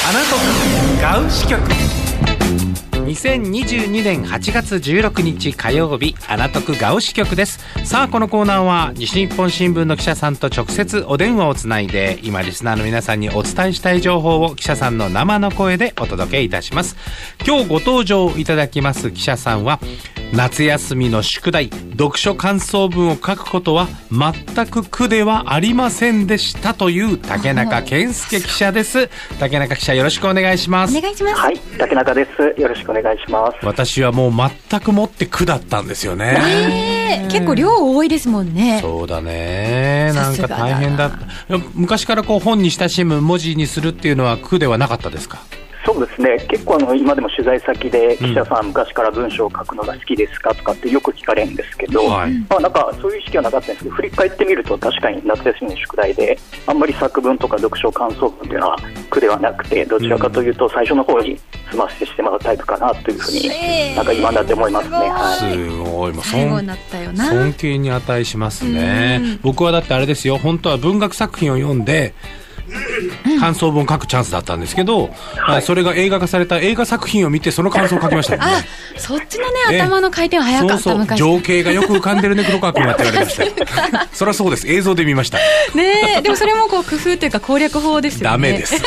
アナトクガウ支局。2022年8月16日火曜日、アナトクガウ支局です。さあ、このコーナーは西日本新聞の記者さんと直接お電話をつないで、今リスナーの皆さんにお伝えしたい情報を記者さんの生の声でお届けいたします。今日ご登場いただきます記者さんは、夏休みの宿題、読書感想文を書くことは全く苦ではありませんでしたという竹中健介記者です。竹中記者、よろしくお願いします。 お願いします。 はい、竹中です。よろしくお願いします。 私はもう全くもって苦だったんですよね。 結構量多いですもんね。 そうだね、なんか大変だった。昔からこう本に親しむ文字にするっていうのは苦ではなかったですか？ そうですね、結構今でも取材先で記者さん、昔から文章を書くのが好きですかとかってよく聞かれるんですけど、なんかそういう意識はなかったんですけど、振り返ってみると確かに夏休みの宿題であんまり作文とか読書感想文というのは苦ではなくて、どちらかというと最初の方に済ませてしまうタイプかなというふうに、なんか今になって思いますね。 すごい、 最後になったよな。 尊敬に値しますね。僕はだってあれですよ、本当は文学作品を読んで感想文を書くチャンスだったんですけど、それが映画化された映画作品を見てその感想を書きましたもんね。 そっちのね、頭の回転は早かった。 そう昔情景がよく浮かんでるね黒川君はって言われましたよ。そりゃそうです、映像で見ましたね。でもそれもこう工夫というか攻略法ですよね。 ダメです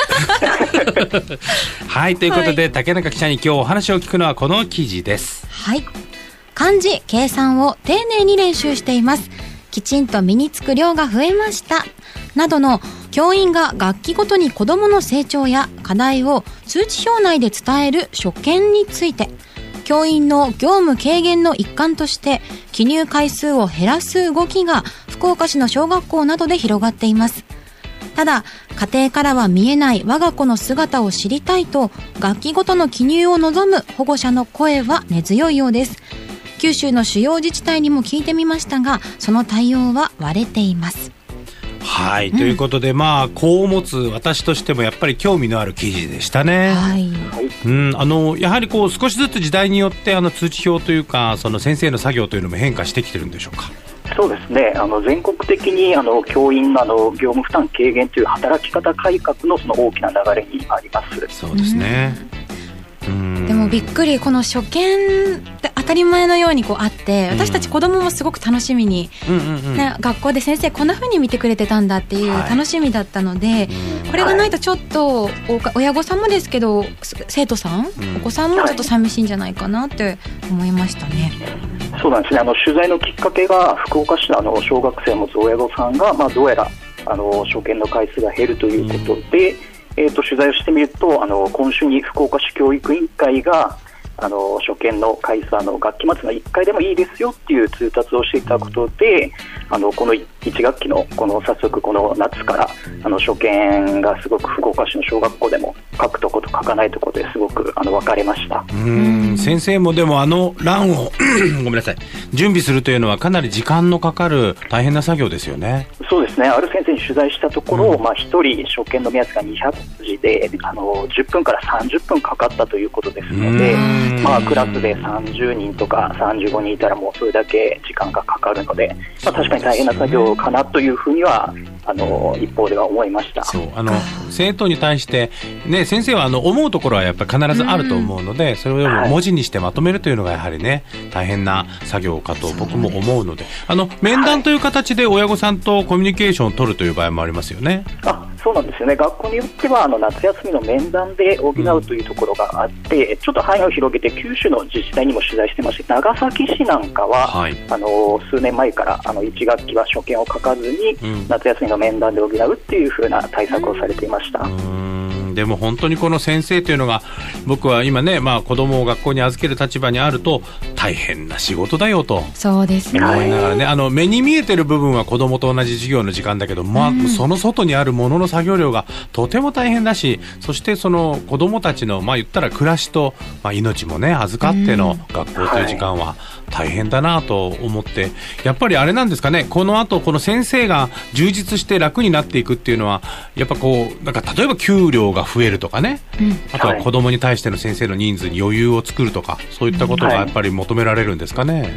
はい、ということで、竹中記者に今日お話を聞くのはこの記事です。 はい、漢字計算を丁寧に練習しています、きちんと身につく量が増えましたなどの教員が学期ごとに子どもの成長や課題を通知表内で伝える所見について、教員の業務軽減の一環として記入回数を減らす動きが福岡市の小学校などで広がっています。ただ、家庭からは見えない我が子の姿を知りたいと学期ごとの記入を望む保護者の声は根強いようです。九州の主要自治体にも聞いてみましたが、その対応は割れています。 はい、ということで、子を持つ私としてもやっぱり興味のある記事でしたね。 はい、 やはりこう少しずつ時代によって通知表というか、その先生の作業というのも変化してきてるんでしょうか？ そうですね、全国的に教員の業務負担軽減という働き方改革のその大きな流れにあります。 そうですね。 でもびっくり、この初見って当たり前のようにこうあって、私たち子供もすごく楽しみに、学校で先生こんな風に見てくれてたんだっていう楽しみだったので、これがないとちょっと親御さんもですけど、生徒さん、お子さんもちょっと寂しいんじゃないかなって思いましたね。 そうなんですね、取材のきっかけが福岡市の小学生を持つ親御さんが、どうやら初見の回数が減るということで、取材をしてみると、今週に福岡市教育委員会が初見の回数、学期末の1回でもいいですよっていう通達をしていたことで、この1学期の早速この夏から初見がすごく福岡市の小学校でも書くとこと書かないところですごく分かれました。 先生もでも欄をごめんなさい、準備するというのはかなり時間のかかる大変な作業ですよね。 そうですね、ある先生に取材したところ、1人初見の目安が200字で10分から30分かかったということですので、クラスで30人とか35人いたらもうそれだけ時間がかかるので、確かに大変な作業かなというふうには一方では思いました。 そう、生徒に対して、先生は思うところはやっぱり必ずあると思うので、それを文字にしてまとめるというのがやはりね、大変な作業かと僕も思うので、面談という形で親御さんとコミュニケーションを取るという場合もありますよね。 そうなんですよね、学校によっては夏休みの面談で補うというところがあって、ちょっと範囲を広げて九州の自治体にも取材してまして、長崎市なんかは、数年前から1学期は初見を書かずに、夏休みの面談で補うっていう風な対策をされていました。 でも本当にこの先生というのが、僕は今ね、子供を学校に預ける立場にあると大変な仕事だよとそうですね、 思いながらね、目に見えてる部分は子供と同じ授業の時間だけど、その外にあるものの作業量がとても大変だし、そしてその子供たちの言ったら暮らしと、命もね預かっての学校という時間は大変だなと思って、やっぱりあれなんですかね、この後この先生が充実して楽になっていくっていうのは、やっぱなんか例えば給料が増えるとかね、あとは子供に対しての先生の人数に余裕を作るとか、そういったことがやっぱり求められるんですかね。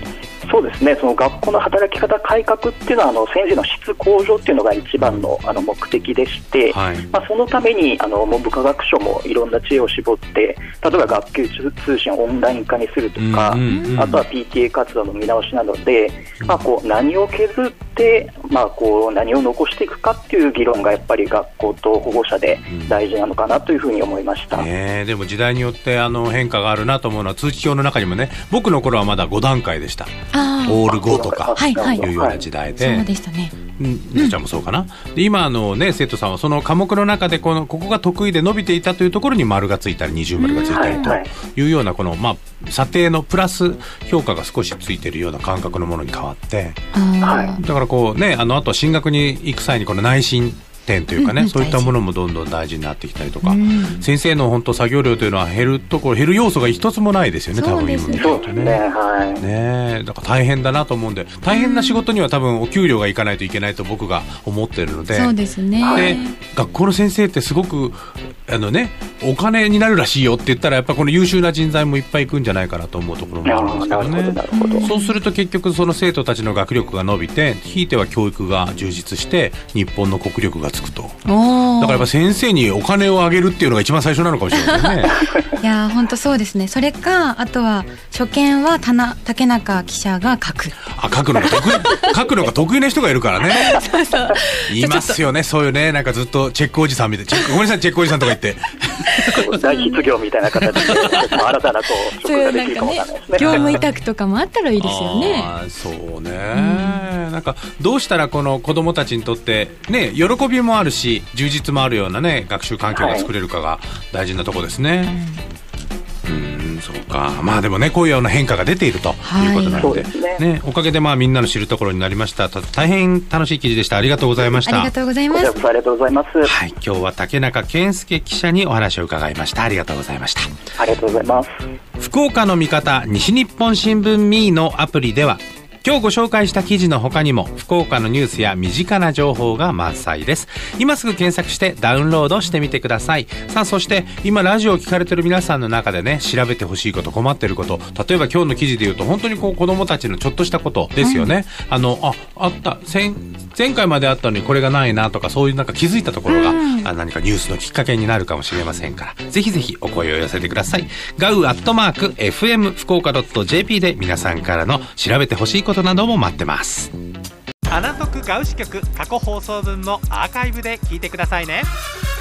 そうですね、その学校の働き方改革っていうのは先生の質向上っていうのが一番の目的でして、 はい、 そのために文部科学省もいろんな知恵を絞って、例えば学級通信をオンライン化にするとか、あとは PTA 活動の見直しなどで、こう何を削って、こう何を残していくかっていう議論がやっぱり学校と保護者で大事なのかなというふうに思いました。 でも時代によって変化があるなと思うのは、通知表の中にもね、僕の頃はまだ5段階でした。オール5とかいうような時代で、 そうでしたね。 姉ちゃんもそうかな。で今生徒さんはその科目の中でここが得意で伸びていたというところに丸がついたり二重丸がついたりというようなこの査定のプラス評価が少しついているような感覚のものに変わって、だからこうね、あとは進学に行く際にこの内申点というかね、そういったものもどんどん大事になってきたりとか、先生の本当作業量というのは減る要素が一つもないですよね、多分今見てるとね。だから大変だなと思うんで、大変な仕事には多分お給料がいかないといけないと僕が思ってるので、 そうですね。 で学校の先生ってすごくお金になるらしいよって言ったら、やっぱこの優秀な人材もいっぱいいくんじゃないかなと思うところもあるんですけどね。そうすると結局その生徒たちの学力が伸びて、ひいては教育が充実して日本の国力がつくと。だからやっぱ先生にお金をあげるっていうのが一番最初なのかもしれないですね。 いや本当そうですね。それかあとは初見は竹中記者が書く。 書くのが得意な人がいるからね。そうそういますよね、そういうね、なんかずっとチェックおじさんみたいな、ごめんなさいチェックおじさんとか言って大失業みたいな形で新たな職ができるかもわかんないですね。 業務委託とかもあったらいいですよね。 そうね、なんかどうしたらこの子どもたちにとってね、喜びもあるし充実もあるようなね、学習環境が作れるかが大事なところですね。そうか。でもね、こういうような変化が出ているということなので、おかげでみんなの知るところになりました。大変楽しい記事でした。ありがとうございました。 ありがとうございます。 ありがとうございます。 はい、今日は竹中健介記者にお話を伺いました。ありがとうございました。 ありがとうございます。 福岡の味方西日本新聞ミーのアプリでは、今日ご紹介した記事の他にも福岡のニュースや身近な情報が満載です。今すぐ検索してダウンロードしてみてください。さあ、そして今ラジオを聞かれている皆さんの中でね、調べてほしいこと、困っていること、例えば今日の記事で言うと本当に子どもたちのちょっとしたことですよね。あった前回まであったのにこれがないなとか、そういうなんか気づいたところが、何かニュースのきっかけになるかもしれませんから、ぜひぜひお声を寄せてください。gau@fm 福岡 .jp で皆さんからの調べてほしいことなども待ってます。アナトクガウ支局過去放送分もアーカイブで聞いてくださいね。